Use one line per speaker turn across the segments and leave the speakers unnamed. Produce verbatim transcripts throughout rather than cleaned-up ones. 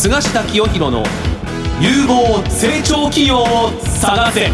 菅下清弘の有望成長企業を探せ。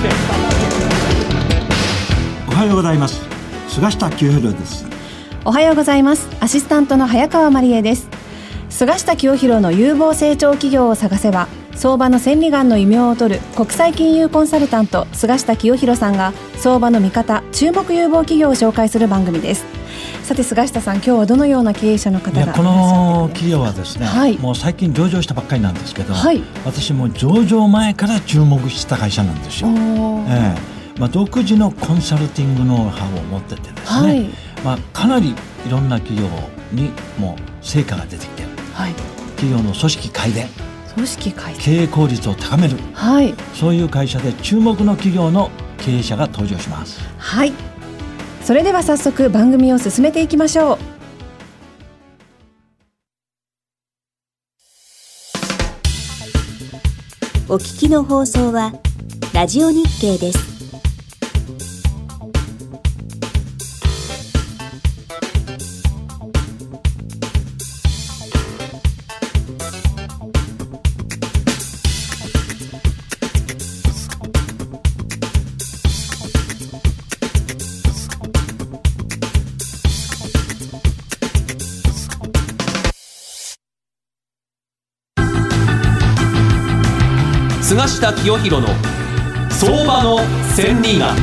おはようございます。菅下清弘です。
おはようございます。アシスタントの早川真理恵です。菅下清弘の有望成長企業を探せば、相場の千里眼の異名を取る国際金融コンサルタント菅下清弘さんが相場の見方、注目有望企業を紹介する番組です。さて菅下さん、今日はどのような経営者の方がいらっしゃっているんですか？
この企業はですね、はい、もう最近上場したばっかりなんですけど、はい、私も上場前から注目した会社なんですよ。えーまあ、独自のコンサルティングノウハウを持っててですね、はい、まあ、かなりいろんな企業にも成果が出てきている、はい、企業の組織改善、
組織改善、
経営効率を高める、はい、そういう会社で注目の企業の経営者が登場します。
はい、それでは早速番組を進めていきましょう。
お聞きの放送はラジオ日経です。
菅下清弘の相場の千里眼。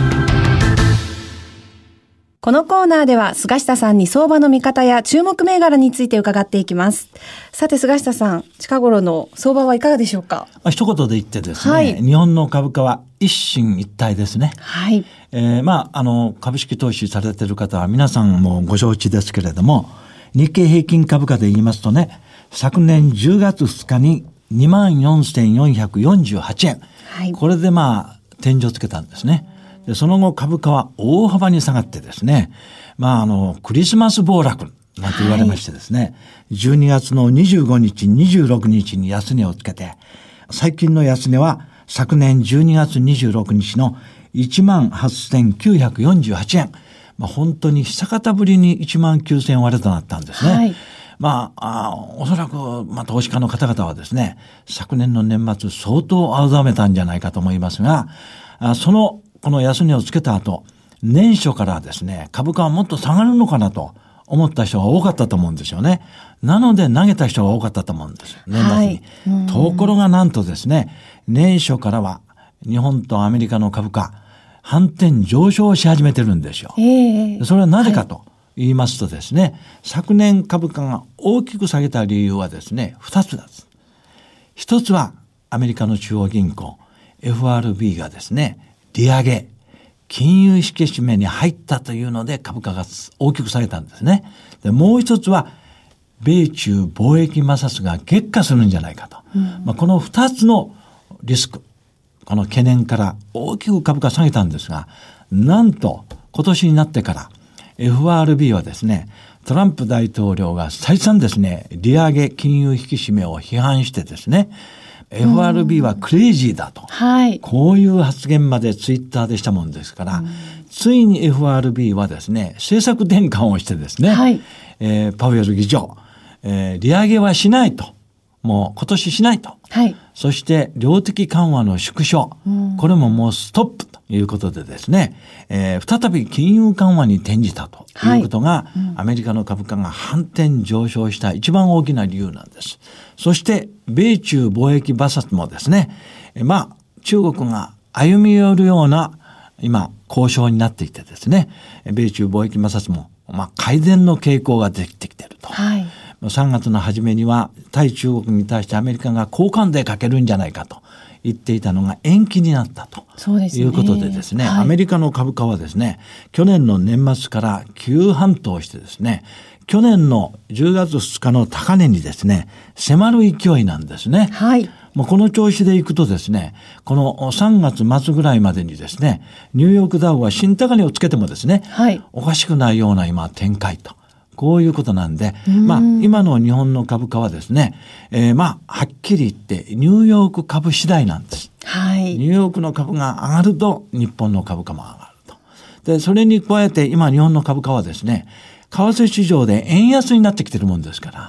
このコーナーでは菅下さんに相場の見方や注目銘柄について伺っていきます。さて菅下さん、近頃の相場はいかがでしょうか？
一言で言ってですね、
はい、
日本の株価は一進一退ですね。はい、えー、まああの株式投資されている方は皆さんもご承知ですけれども、日経平均株価で言いますとね、昨年じゅうがつふつかににまんよんせんよんひゃくよんじゅうはちえん、はい、これでまあ天井つけたんですね。でその後株価は大幅に下がってですね、まああのクリスマス暴落なんて言われましてですね、はい、じゅうにがつのにじゅうごにちにじゅうろくにちに安値をつけて、最近の安値は昨年じゅうにがつにじゅうろくにちのいちまんはっせんきゅうひゃくよんじゅうはちえん、まあ、本当に久方ぶりにいちまんきゅうせん割れとなったんですね。はい、まあ、あおそらく、まあ、投資家の方々はですね、昨年の年末相当青ざめたんじゃないかと思いますが、あその、この安値をつけた後、年初からですね、株価はもっと下がるのかなと思った人が多かったと思うんですよね。なので投げた人が多かったと思うんです。年末に。はい、ところがなんとですね、年初からは日本とアメリカの株価、反転上昇し始めてるんですよ。えー、それはなぜかと。はい、言いますとですね、昨年株価が大きく下げた理由はですね、二つです。一つはアメリカの中央銀行 エフアールビー がですね、利上げ、金融引き締めに入ったというので株価が大きく下げたんですね。で、もう一つは米中貿易摩擦が激化するんじゃないかと。うん、まあ、この二つのリスク、この懸念から大きく株価下げたんですが、なんと今年になってからエフアールビー はですね、トランプ大統領が再三ですね、利上げ、金融引き締めを批判してですね、エフアールビー はクレイジーだと、はい、こういう発言までツイッターでしたもんですから、ついに エフアールビー はですね、政策転換をしてですね、はい、えー、パウエル議長、えー、利上げはしないと、もう今年しないと、はい、そして量的緩和の縮小、これももうストップということでですね、えー、再び金融緩和に転じたということが、はい、うん、アメリカの株価が反転上昇した一番大きな理由なんです。そして米中貿易摩擦もですね、えー、まあ中国が歩み寄るような今交渉になっていてですね、米中貿易摩擦もまあ改善の傾向が出てきていると。はい、さんがつの初めには対中国に対してアメリカが交換でかけるんじゃないかと言っていたのが延期になったということでですね、はい、アメリカの株価はですね、去年の年末から急反騰してですね、去年のじゅうがつふつかの高値にですね、迫る勢いなんですね。はい、もうこの調子でいくとですね、このさんがつ末ぐらいまでにですね、ニューヨークダウは新高値をつけてもですね、はい、おかしくないような今展開と。こういうことなんで、まあ、今の日本の株価はですね、えー、まあ、はっきり言って、ニューヨーク株次第なんです。はい。ニューヨークの株が上がると、日本の株価も上がると。で、それに加えて、今日本の株価はですね、為替市場で円安になってきてるもんですから、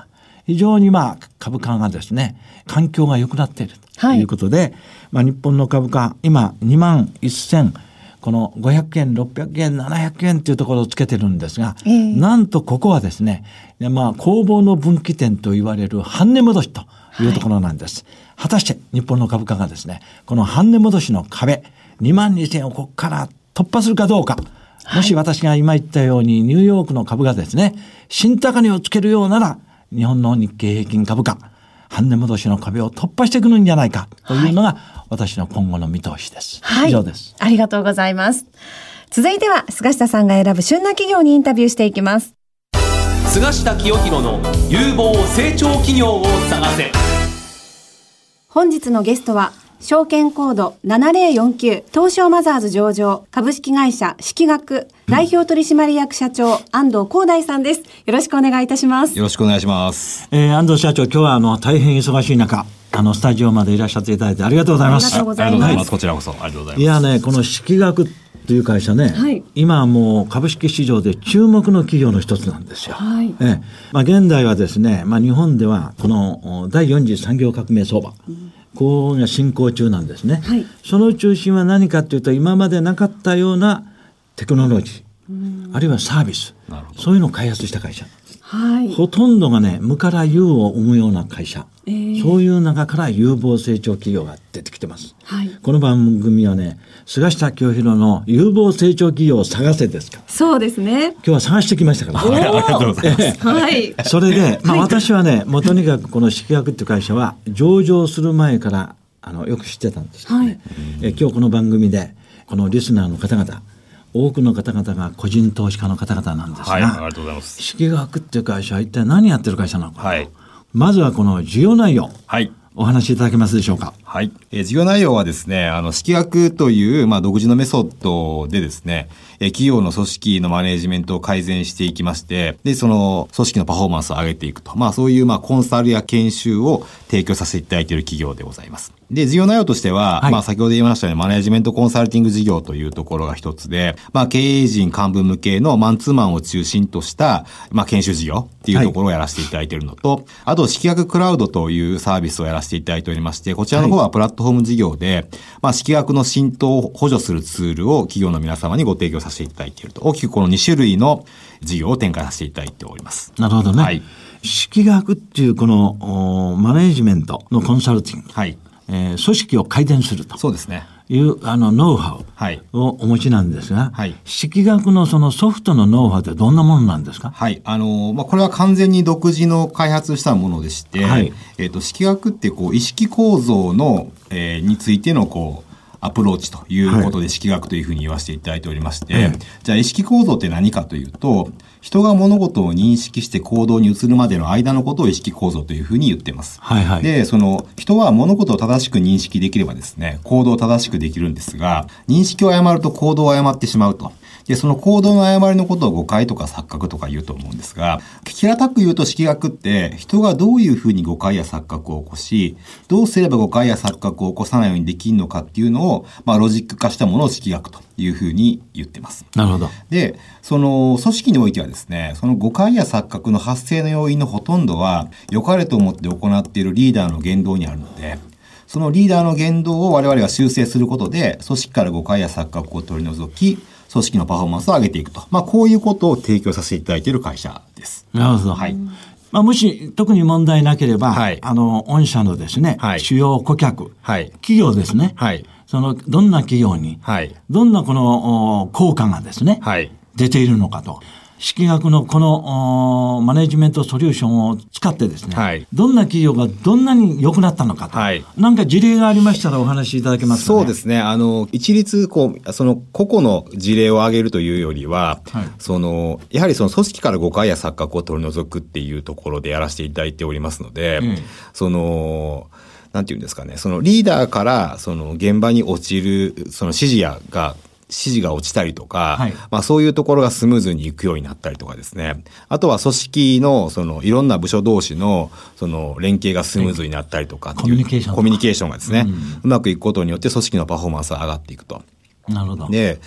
非常にまあ株価がですね、環境が良くなっているということで、はい、まあ、日本の株価今にまんせんこのごひゃくえん、ろっぴゃくえん、ななひゃくえんというところをつけてるんですが、えー、なんとここはですね、まあ、攻防の分岐点と言われる半値戻しというところなんです。はい、果たして日本の株価がですね、この半値戻しの壁、にまんにせんをここから突破するかどうか、はい、もし私が今言ったようにニューヨークの株がですね、新高値をつけるようなら、日本の日経平均株価、半値戻しの壁を突破してくるんじゃないかというのが私の今後の見通しです。
はい、
以上です。
ありがとうございます。続いては菅下さんが選ぶ旬な企業にインタビューしていきます。
菅下清弘の有望成長企業を探せ。
本日のゲストは証券コードななぜろよんきゅう東証マザーズ上場株式会社識学代表取締役社長安藤光大さんです。よろしくお願いいたします。
よろしくお願いします。
えー、安藤社長、今日はあの大変忙しい中、あのスタジオまでいらっしゃっていただいてありがとうございます。
ありがとうございます。
ありがとうございます。こちらこそありがとうございます。
いやね、この識学という会社ね、はい、今もう株式市場で注目の企業の一つなんですよ。はい、ええ、まあ、現代はですね、まあ、日本ではこの第よん次産業革命相場、うん、こうが進行中なんですね。はい、その中心は何かというと、今までなかったようなテクノロジー、うん、あるいはサービス、そういうのを開発した会社。はい、ほとんどがね、無から有を生むような会社、えー、そういう中から有望成長企業が出てきてます。はい、この番組はね、菅下清弘の有望成長企業を探せですか。
そうですね。
今日は探してきましたから。
ありがとうございます。
はい。
それで、まあ、私はね、もうとにかくこの識学っていう会社は上場する前からあのよく知ってたんですけどね。はい、え今日この番組でこのリスナーの方々、多くの方々が個人投資家の方々なんですが、はい、
ありがとうございます。
識学っていう会社は一体何やってる会社なのか、
はい、
まずはこの事業内容、はい、お話しいただけますでしょうか。
はい、えー、事業内容はですね、あの識学という、まあ、独自のメソッドでですね、えー、企業の組織のマネージメントを改善していきまして、でその組織のパフォーマンスを上げていくと、まあ、そういうまあコンサルや研修を提供させていただいている企業でございます。で、事業内容としては、はい、まあ先ほど言いましたようにマネージメントコンサルティング事業というところが一つで、まあ経営陣幹部向けのマンツーマンを中心とした、まあ研修事業っていうところをやらせていただいているのと、はい、あと識学クラウドというサービスをやらせていただいておりまして、こちらの方はプラットフォーム事業で、はい、まあ識学の浸透を補助するツールを企業の皆様にご提供させていただいていると、大きくこのに種類の事業を展開させていただいております。
なるほどね。
はい。
識学っていうこのマネージメントのコンサルティング。はい。えー、組織を改善すると。
そうですね。
いうあのノウハウをお持ちなんですが、はい、識学のそのソフトのノウハウってどんなものなんですか。
はい、あのまあこれは完全に独自の開発したものでして、はい、えっと識学ってこう意識構造の、えー、についてのこうアプローチということで識学というふうに言わせていただいておりまして、はい、じゃあ意識構造って何かというと、人が物事を認識して行動に移るまでの間のことを意識構造というふうに言っています。はいはい、で、その人は物事を正しく認識できればですね、行動を正しくできるんですが、認識を誤ると行動を誤ってしまうと。で、その行動の誤りのことを誤解とか錯覚とか言うと思うんですが、平たく言うと識学って人がどういうふうに誤解や錯覚を起こし、どうすれば誤解や錯覚を起こさないようにできるのかっていうのを、まあロジック化したものを識学というふうに言ってます。
なるほど。
で、その組織においてはですね、その誤解や錯覚の発生の要因のほとんどは良かれと思って行っているリーダーの言動にあるので、そのリーダーの言動を我々が修正することで、組織から誤解や錯覚を取り除き、組織のパフォーマンスを上げていくと。まあ、こういうことを提供させていただいている会社です。
なるほど。はい。まあ、もし特に問題なければ、はい、あの、御社のですね、はい、主要顧客、はい、企業ですね。はい。その、どんな企業に、はい、どんなこの、効果がですね、はい、出ているのかと。識学のこのマネジメントソリューションを使ってですね、はい、どんな企業がどんなに良くなったのかと、はい、なんか事例がありましたらお話しいただけますかね。
そうですね。あの一律こうその個々の事例を挙げるというよりは、はい、そのやはりその組織から誤解や錯覚を取り除くっていうところでやらせていただいておりますので、うん、そのなんていうんですかね、そのリーダーからその現場に落ちるその指示やが指示が落ちたりとか、はい、まあそういうところがスムーズにいくようになったりとかですね。あとは組織のそのいろんな部署同士のその連携がスムーズになったりとかっていう、コミュニケーションコミュニケーションがですね、うん、うまくいくことによって組織のパフォーマンスが上がっていくと。
なるほど。
で、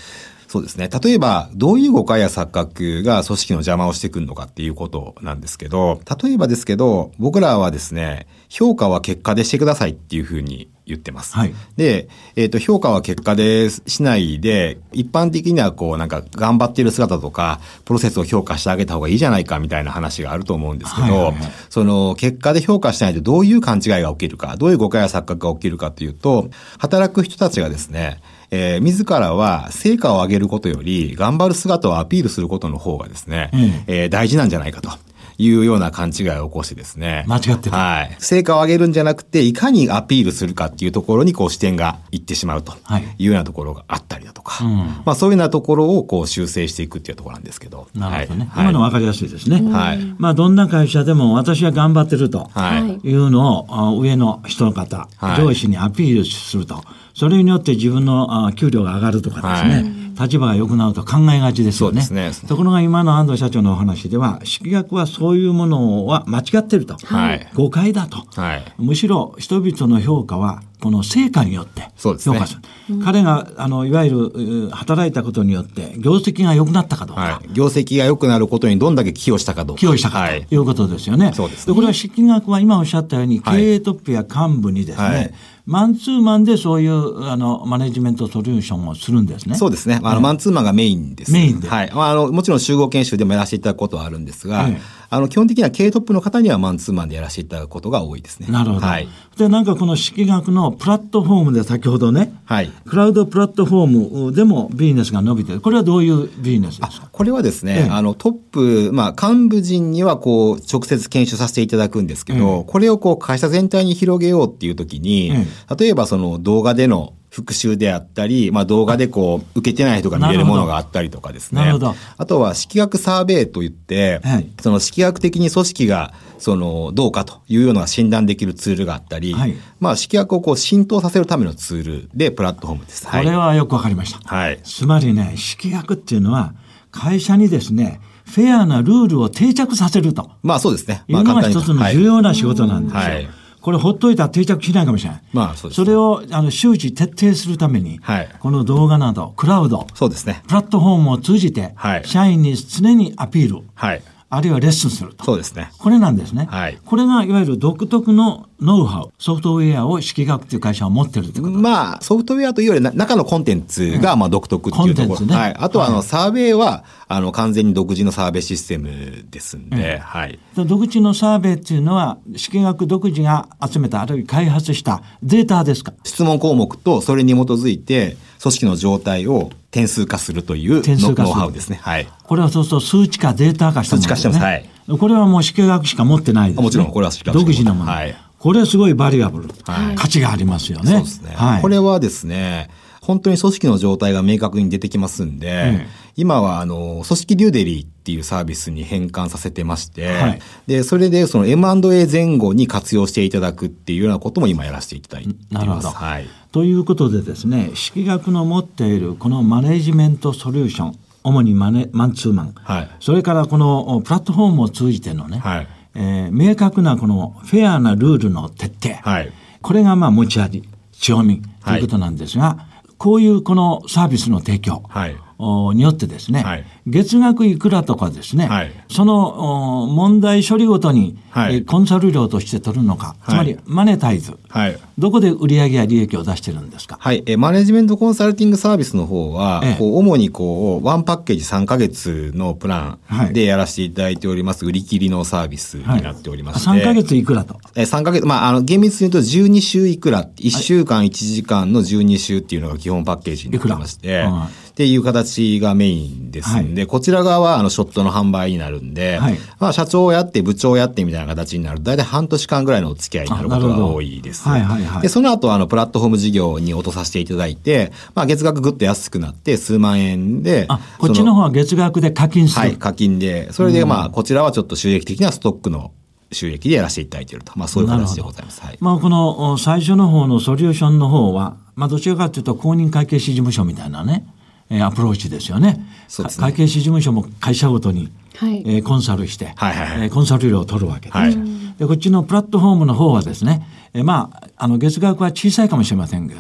そうですね。例えば、どういう誤解や錯覚が組織の邪魔をしてくるのかっていうことなんですけど、例えばですけど、僕らはですね、評価は結果でしてくださいっていうふうに言ってます。はい、で、えっと、評価は結果でしないで、一般的にはこう、なんか頑張っている姿とか、プロセスを評価してあげた方がいいじゃないかみたいな話があると思うんですけど、はいはいはい、その、結果で評価しないとどういう勘違いが起きるか、どういう誤解や錯覚が起きるかというと、働く人たちがですね、えー、自らは成果を上げることより頑張る姿をアピールすることの方がですね、うん、えー、大事なんじゃないかというような勘違いを起こしてですね。
間違ってる。
はい。成果を上げるんじゃなくて、いかにアピールするかっていうところにこう視点がいってしまうというようなところがあったりだとか、はい、まあそういうようなところをこう修正していくっていうところなんですけど。
なるほどね。はい、今の分かりやすいですね。はい。まあどんな会社でも私は頑張ってるというのを上の人の方、はい、上司にアピールすると。それによって自分の給料が上がるとかですね、はい、立場が良くなると考えがちですよね。そうですね。ところが今の安藤社長のお話では、識学はそういうものは間違ってると、はい、誤解だと、はい、むしろ人々の評価はこの成果によって評価する。すね、うん、彼があのいわゆる働いたことによって業績が良くなったかどうか、はい、
業績が良くなることにどんだけ寄与したかどうか、
寄与したかということですよね。はい、そうですね。でこれは識学は今おっしゃったように、はい、経営トップや幹部にですね、はい、マンツーマンでそういうあのマネジメントソリューションをするんですね。
そうですね。あの、うん、マンツーマンがメインです。
メインで。
はい。あのもちろん集合研修でもやらせていただくことはあるんですが、はい、あの基本的には経営トップの方にはマンツーマンでやらせていただくことが多いですね。
なるほど。
はい。
でなんかこの識学のプラットフォームで先ほどね、はい、クラウドプラットフォームでもビジネスが伸びている。これはどういうビジネスですか？
これはですね、ええ、あのトップ、まあ幹部陣にはこう直接研修させていただくんですけど、ええ、これをこう会社全体に広げようっていう時に、ええ、例えばその動画での復習であったり、まあ動画でこう受けてない人が見れるものがあったりとかですね。なるほど。あとは識学サーベイといって、はい、その識学的に組織がそのどうかというような診断できるツールがあったり、はい、まあ識学をこう浸透させるためのツールでプラットフォームです。
はい、これはよくわかりました。はい。つまりね、識学っていうのは会社にですね、フェアなルールを定着させると。
まあそうですね。
いうのが一つの重要な仕事なんですよ。はい。これほっといたら定着しないかもしれない。まあそうですね。それをあの周知徹底するために、はい、この動画などクラウド、
そうですね。
プラットフォームを通じて、はい、社員に常にアピール、はい、あるいはレッスンすると。
そうですね。
これなんですね。はい、これがいわゆる独特のノウハウ、ソフトウェアを識学という会社は持ってるってこと。
まあソフトウェアというより中のコンテンツがまあ独特っていうところ。コンテンツね。はい。あとはあの、はい、サーベイはあの完全に独自のサーベイシステムですんで、うん、はい。
独自のサーベイっていうのは識学独自が集めたあるいは開発したデータですか。
質問項目とそれに基づいて組織の状態を点数化するというノウハウですね。はい。
これはそうすると数値化データ化したものですね。数値化してます。はい。これはもう識学しか持ってないですね。
もちろんこれは識学
独自のもの。はい。これはすごいバリアブル、はい、価値がありますよね。
そうですね。はい。これはですね、本当に組織の状態が明確に出てきますんで、うん、今はあの組織リューデリーっていうサービスに変換させてまして、はい、でそれでその エムアンドエー 前後に活用していただくっていうようなことも今やらせていただいています。なるほど。はい。
ということでですね、識学の持っているこのマネジメントソリューション、主にマネマンツーマン、はい、それからこのプラットフォームを通じてのね、はい、えー、明確なこのフェアなルールの徹底、はい、これがまあ持ち味、強みということなんですが、はい、こういうこのサービスの提供、はい、によってですね、はい、月額いくらとかですね、はい、その問題処理ごとに、はい、コンサル料として取るのか、はい、つまりマネタイズ、はい、どこで売上や利益を出してるんですか？
はい、えマネジメントコンサルティングサービスの方は、ええ、こう主にこうワンパッケージさんかげつのプランでやらせていただいております、売り切りのサービスになっておりまして、はい、
さんかげついくらと？
えさんかげつ、まあ、あの厳密に言うとじゅうに週いくら、いっしゅうかんいちじかんのじゅうに週っていうのが基本パッケージになってまして、っていう形がメインですんで、はい、こちら側はあのショットの販売になるんで、はい、まあ社長をやって部長をやってみたいな形になると、だいたい半年間ぐらいのお付き合いになることが多いです。はいはいはい、で、その後あのプラットフォーム事業に落とさせていただいて、まあ月額ぐっと安くなって数万円で、
あ、こっちの方は月額で課金する。
はい、課金で、それでまあこちらはちょっと収益的なストックの収益でやらせていただいていると、まあそういう形でございます。はい、
まあこの最初の方のソリューションの方は、まあどちらかというと公認会計士事務所みたいなね、アプローチですよね。そうですね。会計士事務所も会社ごとに、はい、えー、コンサルして、はいはいはい、えー、コンサル料を取るわけです、はい、でこっちのプラットフォームの方はですね、えー、まああの月額は小さいかもしれませんけど、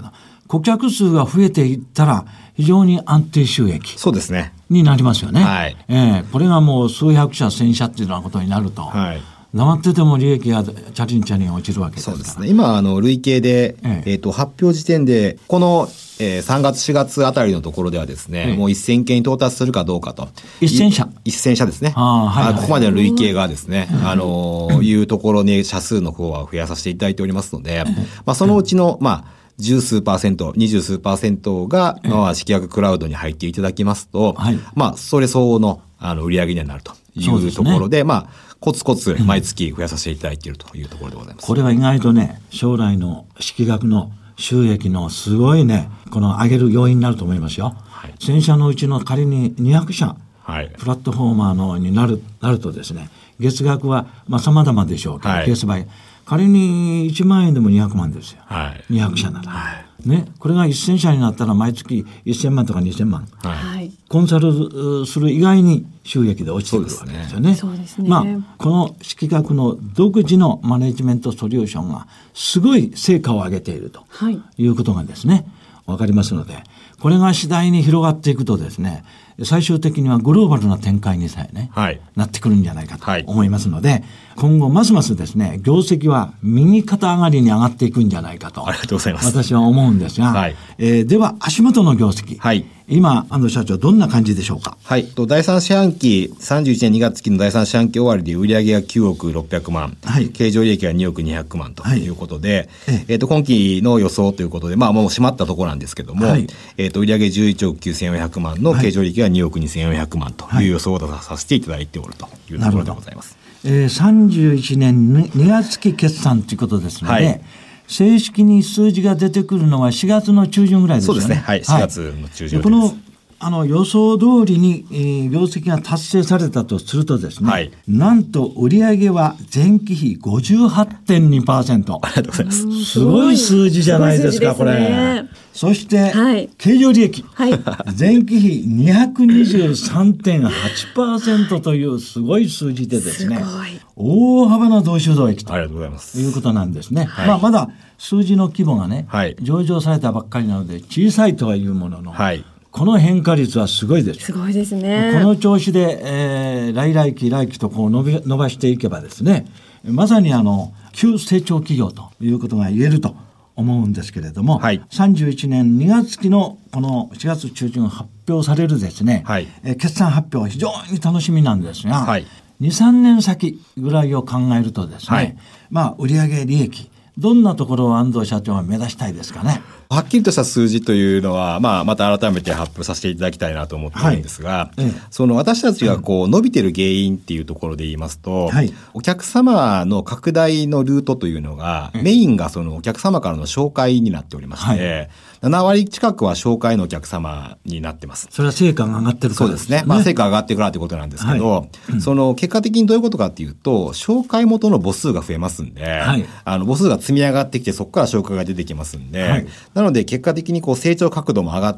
顧客数が増えていったら非常に安定収益。
そうですね。
になりますよね。
はい。
えー、これがもう数百社、千社っていうようなことになると。はい。黙ってても利益がチャリンチャリン落ちるわけですから。
そうですね。今、あの、累計で、えええー、と、発表時点で、この、えー、さんがつ、しがつあたりのところではですね、ええ、もうせんけんに到達するかどうかと。
せんしゃ
せんしゃですね。あ、はいはい、あ、ここまでの累計がですね、あのー、いうところに社数の方は増やさせていただいておりますので、まあ、そのうちの、まあ、十数パーセント、二十数パーセントが、まあ、式約クラウドに入っていただきますと、はい、まあ、それ相応の、あの、売上になるというところで、でね、まあ、コツコツ毎月増やさせていただいているというところでございます。
これは意外とね、将来の式額の収益のすごいね、この上げる要因になると思いますよ。はい、せんしゃのうちの仮ににひゃくしゃ、はい、プラットフォーマーのになる、なるとですね、月額は、まあ、様々でしょうけど、はい、ケースバイ。仮にいちまんえんでもにひゃくまんですよ。はい、にひゃくしゃなら。はいね、これがせんしゃになったら毎月せんまんとかにせんまん、はい、コンサルする以外に収益で落ちてくるわけですよね。
そうですね。
まあ、この式学の独自のマネジメントソリューションがすごい成果を上げているということがですね、わかりますので、これが次第に広がっていくとですね、最終的にはグローバルな展開にさえね、はい、なってくるんじゃないかと思いますので、はい、今後ますますですね、業績は右肩上がりに上がっていくんじゃないかと、
ありがとうございます。
私は思うんですが、はい、えー、では足元の業績、はい、今安藤社長どんな感じでしょうか。
はい、とだいさん四半期さんじゅういちねんにがつ期のだいさん四半期終わりで売上がきゅうおくろっぴゃくまん、はい、経常利益がにおくにひゃくまんということで、はい、えー、と今期の予想ということで、まあもう閉まったところなんですけども、はい、えー、と売上じゅういちおくきゅうせんよんひゃくまんの経常利益がにおくにせんよんひゃくまんという予想を出させていただいておるというところでございます。
えー、さんじゅういちねんにがつ期決算ということですので、はい、正式に数字が出てくるのはしがつの中旬ぐらいですよね。
そうですね。はい。しがつの中旬です。はい、
このあの予想通りに、えー、業績が達成されたとするとですね、はい、なんと売上は前期比 ごじゅうはちてんにパーセント。
ありがとうございます。
すごい数字じゃないですか、これ。そして、はい、経常利益、はい、前期比 にひゃくにじゅうさんてんはちパーセント というすごい数字でですね、大幅な増収増益ということなんですね。はい、まあ、まだ数字の規模がね、はい、上場されたばっかりなので小さいとはいうものの、はい、この変化率はすごいです。
すごいですね。
この調子で、えー、来来期来期とこう伸び伸ばしていけばですね、まさにあの急成長企業ということが言えると思うんですけれども、はい、さんじゅういちねんにがつ期のこのしがつ中旬発表されるですね、はい、えー、決算発表は非常に楽しみなんですが、はい、にさんねん先ぐらいを考えるとですね、はい、まあ売上利益どんなところを安藤社長は目指したいですかね。
はっきりとした数字というのは、まあ、また改めて発表させていただきたいなと思っているんですが、はい、その私たちがこう伸びてる原因っていうところで言いますと、はい、お客様の拡大のルートというのが、メインがそのお客様からの紹介になっておりまして、はい、ななわり近くは紹介のお客様になってます。
それは成果が上がってるからですね。
そうですね。まあ、成果が上がってるからということなんですけど、はい、その結果的にどういうことかっていうと、紹介元の母数が増えますんで、はい、あの母数が積み上がってきて、そこから紹介が出てきますんで、はい、なので結果的にこう成長角度も上がって、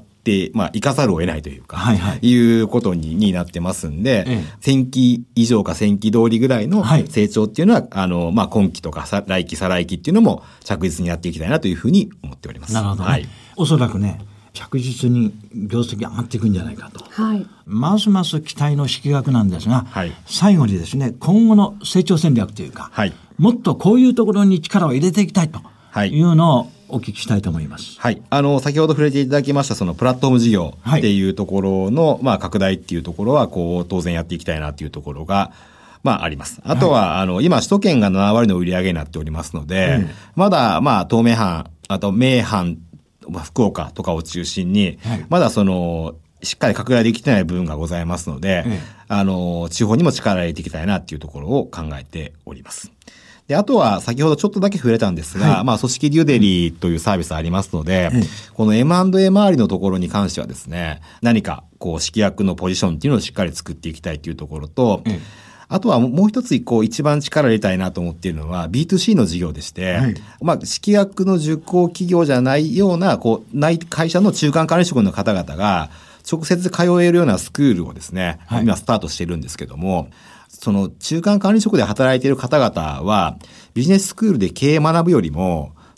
まあ、生かざるを得ないというか、はいはい、いうことに、になってますんで、ええ、先期以上か先期通りぐらいの成長っていうのは、はい、あの、まあ、今期とか来期、再来期っていうのも着実にやっていきたいなというふうに思っております。
なるほど、ね。はい。おそらくね、着実に業績上がっていくんじゃないかと。はい。ますます期待の式額なんですが、はい、最後にですね、今後の成長戦略というか、はい、もっとこういうところに力を入れていきたいというのを、お聞きしたいと思います。
はい。あの、先ほど触れていただきました、そのプラットフォーム事業っていうところの、はい、まあ、拡大っていうところは、こう、当然やっていきたいなっていうところが、まあ、あります。あとは、はい、あの、今、首都圏がななわりの売り上げになっておりますので、うん、まだ、まあ、東名阪、あと、名阪、福岡とかを中心に、はい、まだその、しっかり拡大できてない部分がございますので、うん、あの、地方にも力を入れていきたいなっていうところを考えております。で、あとは先ほどちょっとだけ触れたんですが、はい、まあ組織デュデリーというサービスありますので、うん、この エムアンドエー 周りのところに関してはですね、何かこう式役のポジションっていうのをしっかり作っていきたいというところと、うん、あとはもう一つこう一番力を入れたいなと思っているのは ビーツーシー の事業でして、はい、まあ式役の受講企業じゃないようなこうない会社の中間管理職の方々が直接通えるようなスクールをですね、はい、今スタートしているんですけども、その中間管理職で働いている方々はビジネススクールで経営学ぶよりも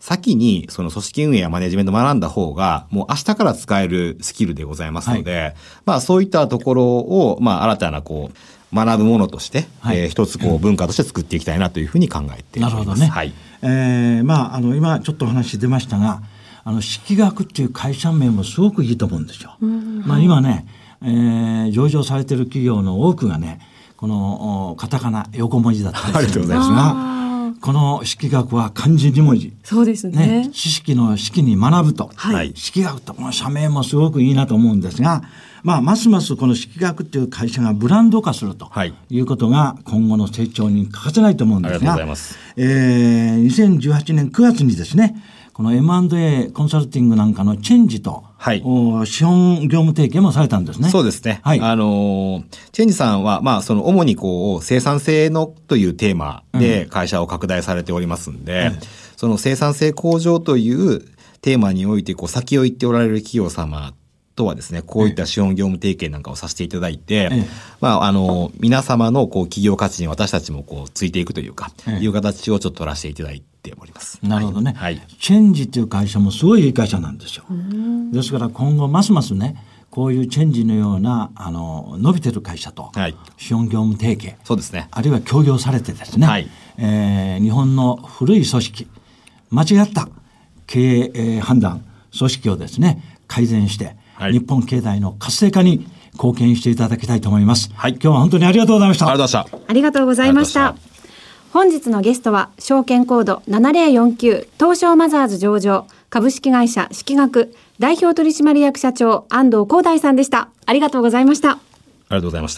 先にその組織運営やマネジメントを学んだ方が、もう明日から使えるスキルでございますので、はい、まあそういったところを、まあ新たなこう、学ぶものとして、はい、えー、一つこう文化として作っていきたいなというふうに考えています。
なるほどね。
はい。
えー、まあ、あの、今ちょっとお話出ましたが、あの、識学っていう会社名もすごくいいと思うんですよ。まあ今ね、えー、上場されている企業の多くがね、このカタカナ横文字だったりするんですが、この識学は漢字に文字。
そうですね。
ね、知識の識に学ぶと。はい。識学とこの社名もすごくいいなと思うんですが、まあ、ますますこの識学っていう会社がブランド化するということが今後の成長に欠かせないと思うんですが、ありがとうございます。えー、にせんじゅうはちねんくがつにですね、この エムアンドエー コンサルティングなんかのチェンジと、はい、資本業務提携もされたんですね。
そうですね。はい。あのー、チェンジさんは、まあ、その主にこう、生産性のというテーマで会社を拡大されておりますんで、うん、その生産性向上というテーマにおいて、こう、先を行っておられる企業様とはですね、こういった資本業務提携なんかをさせていただいて、ええ、まあ、あの、皆様のこう、企業価値に私たちもこう、ついていくというか、ええ、いう形をちょっと取らせていただいております。
なるほどね。
はい。
チェンジっていう会社もすごいいい会社なんですよ。ですから今後ますますね、こういうチェンジのような、あの、伸びてる会社と、はい、資本業務提携。
そうですね。
あるいは協業されてですね、はい、えー、日本の古い組織、間違った経営、えー、判断、組織をですね、改善して、はい、日本経済の活性化に貢献していただきたいと思います。はい。今日は本当にありがとうございました。
ありがとうございました。
ありがとうございました。本日のゲストは証券コードななぜろよんきゅう東証マザーズ上場株式会社識学代表取締役社長安藤光大さんでした。ありがとうございました。あ
りがとうございました。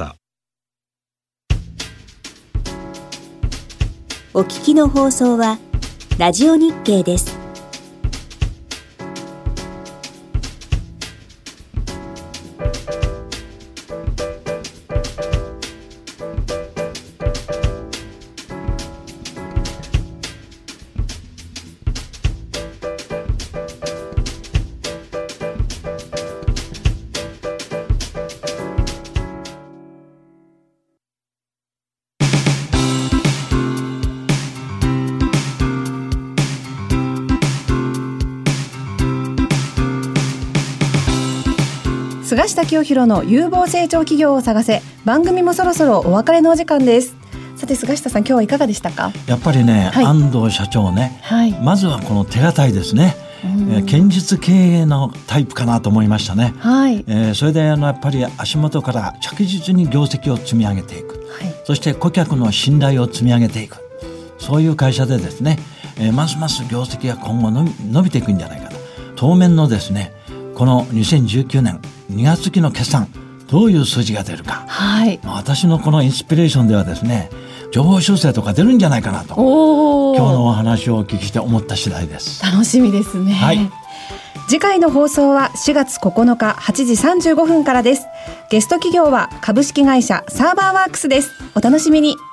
お聞きの放送はラジオ日経です。
菅下清弘の有望成長企業を探せ。番組もそろそろお別れのお時間です。さて菅下さん、今日はいかがでしたか？
やっぱりね、はい、安藤社長ね、はい、まずはこの手堅いですね、えー、堅実経営のタイプかなと思いましたね、はい、えー、それであのやっぱり足元から着実に業績を積み上げていく、はい、そして顧客の信頼を積み上げていく、そういう会社でですね、えー、ますます業績が今後の伸びていくんじゃないかな。当面のですね、このにせんじゅうきゅうねんにがつ期の決算、どういう数字が出るか、はい、私のこのインスピレーションではですね、情報修正とか出るんじゃないかなと、今日のお話をお聞きして思った次第です。
楽しみですね、はい、次回の放送はしがつここのかはちじさんじゅうごふんからです。ゲスト企業は株式会社サーバーワークスです。お楽しみに。